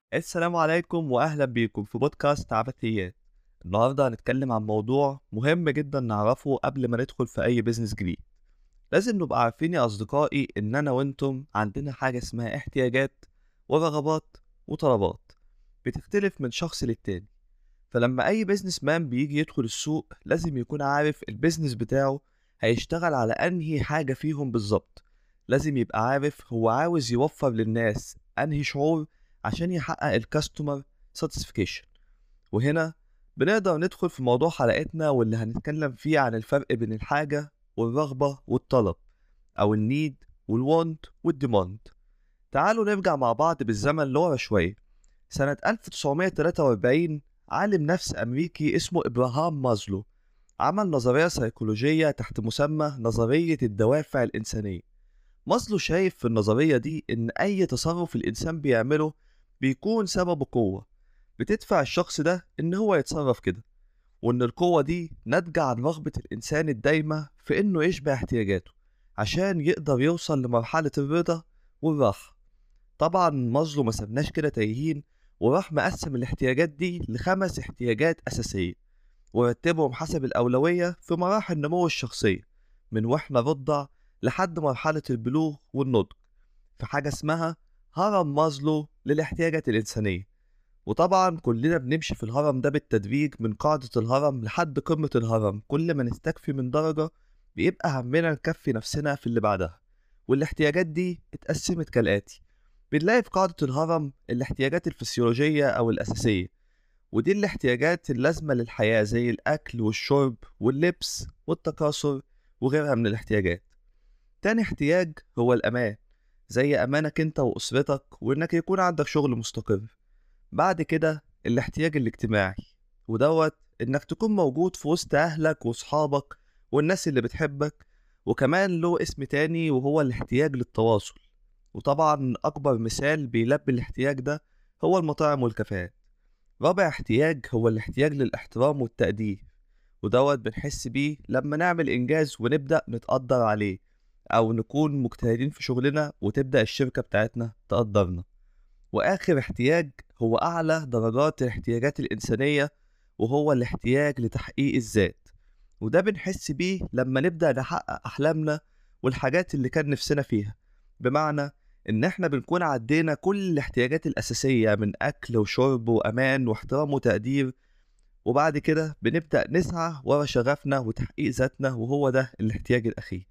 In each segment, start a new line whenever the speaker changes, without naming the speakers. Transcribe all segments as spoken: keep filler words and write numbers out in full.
السلام عليكم واهلا بيكم في بودكاست عبثيات. النهارده هنتكلم عن موضوع مهم جدا نعرفه قبل ما ندخل في اي بيزنس جديد. لازم نبقى عارفين يا اصدقائي ان انا وانتم عندنا حاجه اسمها احتياجات ورغبات وطلبات، بتختلف من شخص للتاني. فلما اي بيزنس مان بيجي يدخل السوق لازم يكون عارف البيزنس بتاعه هيشتغل على انهي حاجه فيهم بالظبط. لازم يبقى عارف هو عاوز يوفر للناس انهي شعور عشان يحقق الكاستمر ساتسفيكيشن. وهنا بنقدر ندخل في موضوع حلقتنا واللي هنتكلم فيه عن الفرق بين الحاجة والرغبة والطلب، أو النيد والوانت والديماند. تعالوا نرجع مع بعض بالزمن لورا شوية. سنة ألف وتسعمية وتلاتة وأربعين عالم نفس أمريكي اسمه إبراهام مازلو عمل نظرية سيكولوجية تحت مسمى نظرية الدوافع الإنسانية. مازلو شايف في النظرية دي إن أي تصرف الإنسان بيعمله بيكون سببه قوة بتدفع الشخص ده إن هو يتصرف كده، وإن القوة دي ناتجة عن رغبة الإنسان الدايمة في إنه يشبع احتياجاته عشان يقدر يوصل لمرحلة الرضا والراحة. طبعا مازلو ما سابناش كده تايهين، وراح مقسم الاحتياجات دي لخمس احتياجات أساسية ورتبهم حسب الأولوية في مراحل نمو الشخصية، من وإحنا رضع لحد مرحلة البلوغ والنضج، في حاجة اسمها هرم مازلو للاحتياجات الإنسانية. وطبعا كلنا بنمشي في الهرم ده بالتدريج من قاعدة الهرم لحد قمة الهرم، كل ما نستكفي من درجة بيبقى همنا نكفي نفسنا في اللي بعدها. والاحتياجات دي اتقسمت كالآتي: بنلاقي في قاعدة الهرم الاحتياجات الفسيولوجية أو الأساسية، ودي الاحتياجات اللازمة للحياة زي الأكل والشرب واللبس والتكاثر وغيرها من الاحتياجات. تاني احتياج هو الأمان، زي أمانك أنت وأسرتك وإنك يكون عندك شغل مستقر. بعد كده الاحتياج الاجتماعي، ودوت إنك تكون موجود في وسط أهلك وصحابك والناس اللي بتحبك. وكمان له اسم تاني وهو الاحتياج للتواصل، وطبعا أكبر مثال بيلبي الاحتياج ده هو المطاعم والكافيهات. رابع احتياج هو الاحتياج للاحترام والتقدير، ودوت بنحس بيه لما نعمل إنجاز ونبدأ نتقدر عليه، أو نكون مجتهدين في شغلنا وتبدأ الشركة بتاعتنا تقدرنا. وآخر احتياج هو أعلى درجات الاحتياجات الإنسانية، وهو الاحتياج لتحقيق الذات، وده بنحس بيه لما نبدأ نحقق أحلامنا والحاجات اللي كان نفسنا فيها. بمعنى إن إحنا بنكون عدينا كل الاحتياجات الأساسية من أكل وشرب وأمان واحترام وتقدير، وبعد كده بنبدأ نسعى ورا شغفنا وتحقيق ذاتنا، وهو ده الاحتياج الأخير.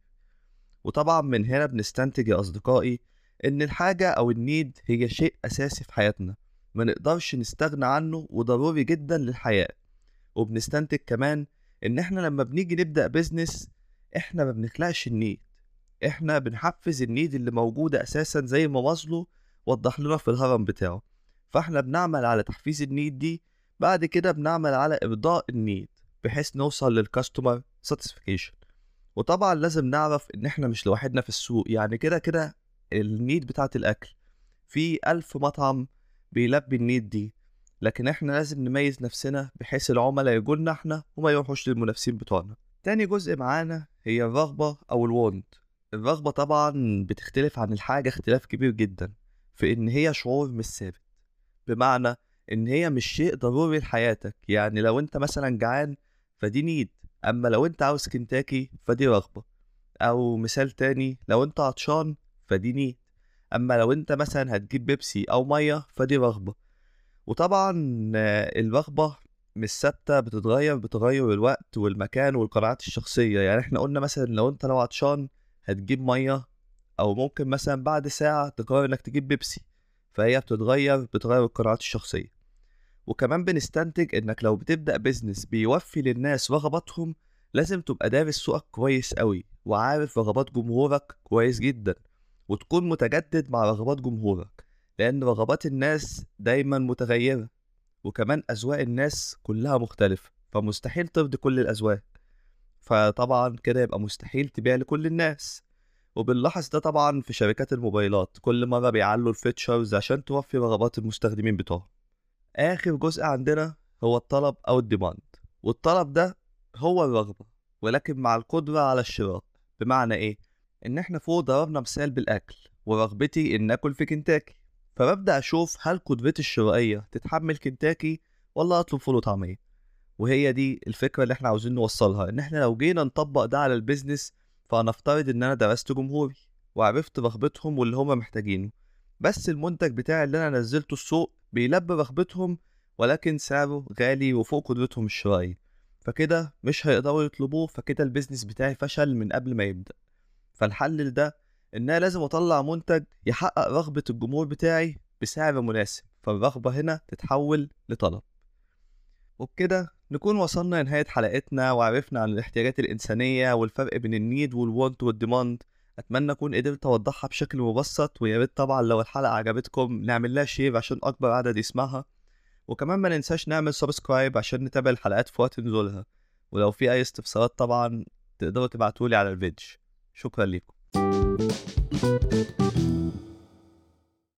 وطبعا من هنا بنستنتج يا أصدقائي إن الحاجة أو النيد هي شيء أساسي في حياتنا، ما نقدرش نستغنى عنه وضروري جدا للحياة. وبنستنتج كمان إن إحنا لما بنيجي نبدأ بيزنس إحنا ما بنخلقش النيد، إحنا بنحفز النيد اللي موجودة أساسا زي ما مازلو وضح لنا في الهرم بتاعه. فإحنا بنعمل على تحفيز النيد دي، بعد كده بنعمل على إرضاء النيد بحيث نوصل للكاستمر ساتسفيكيشن. وطبعا لازم نعرف ان احنا مش لوحدنا في السوق، يعني كده كده النيد بتاعة الاكل في الف مطعم بيلبي النيد دي، لكن احنا لازم نميز نفسنا بحيث العملاء يجولنا احنا وما يروحوش للمنافسين بتوعنا. تاني جزء معانا هي الرغبة او الوونت. الرغبة طبعا بتختلف عن الحاجة اختلاف كبير جدا في ان هي شعور مش ثابت، بمعنى ان هي مش شيء ضروري لحياتك. يعني لو انت مثلا جعان فدي نيد، اما لو انت عاوز كنتاكي فدي رغبة. او مثال تاني، لو انت عطشان فدي نيد، اما لو انت مثلا هتجيب بيبسي او مية فدي رغبة. وطبعا آه، الرغبة مش ثابتة، بتتغير بتغير الوقت والمكان والقناعات الشخصية. يعني احنا قلنا مثلا لو انت لو عطشان هتجيب مية، او ممكن مثلا بعد ساعة تقرر انك تجيب بيبسي، فهي بتتغير بتغير القناعات الشخصية. وكمان بنستنتج انك لو بتبدأ بيزنس بيوفي للناس رغباتهم لازم تبقى دارس سوقك كويس قوي وعارف رغبات جمهورك كويس جدا، وتكون متجدد مع رغبات جمهورك، لأن رغبات الناس دايما متغيرة، وكمان أذواق الناس كلها مختلفة، فمستحيل ترضي كل الأذواق. فطبعا كده يبقى مستحيل تبيع لكل الناس. وبنلاحظ ده طبعا في شركات الموبايلات، كل مرة بيعلوا الفيتشرز عشان توفي رغبات المستخدمين بتوعهم. آخر جزء عندنا هو الطلب أو الديماند، والطلب ده هو الرغبة ولكن مع القدرة على الشراء. بمعنى إيه؟ إن إحنا فوق ضربنا مثال بالأكل، ورغبتي إن آكل في كنتاكي، فببدأ أشوف هل قدرتي الشرائية تتحمل كنتاكي ولا أطلب فول وطعمية. وهي دي الفكرة اللي احنا عاوزين نوصلها، ان احنا لو جينا نطبق ده على البيزنس، فهنفترض ان انا درست جمهوري وعرفت رغبتهم واللي هما محتاجينه، بس المنتج بتاعي اللي انا نزلته السوق بيلبي رغبتهم ولكن سعره غالي وفوق قدرتهم الشرائية، فكده مش هيقدروا يطلبوه، فكده البيزنس بتاعي فشل من قبل ما يبدأ. فالحل لده ان انا لازم اطلع منتج يحقق رغبة الجمهور بتاعي بسعر مناسب، فالرغبة هنا تتحول لطلب. وبكده نكون وصلنا لنهاية حلقتنا وعرفنا عن الاحتياجات الإنسانية والفرق بين النيد والوانت والديماند. أتمنى أكون قدرت أوضحها بشكل مبسط، ويا ريت طبعا لو الحلقة عجبتكم نعمل لها شير عشان أكبر عدد يسمعها، وكمان ما ننساش نعمل سبسكرايب عشان نتابع الحلقات في وقت نزولها. ولو في أي استفسارات طبعا تقدروا تبعتولي على الفيديو. شكرا لكم.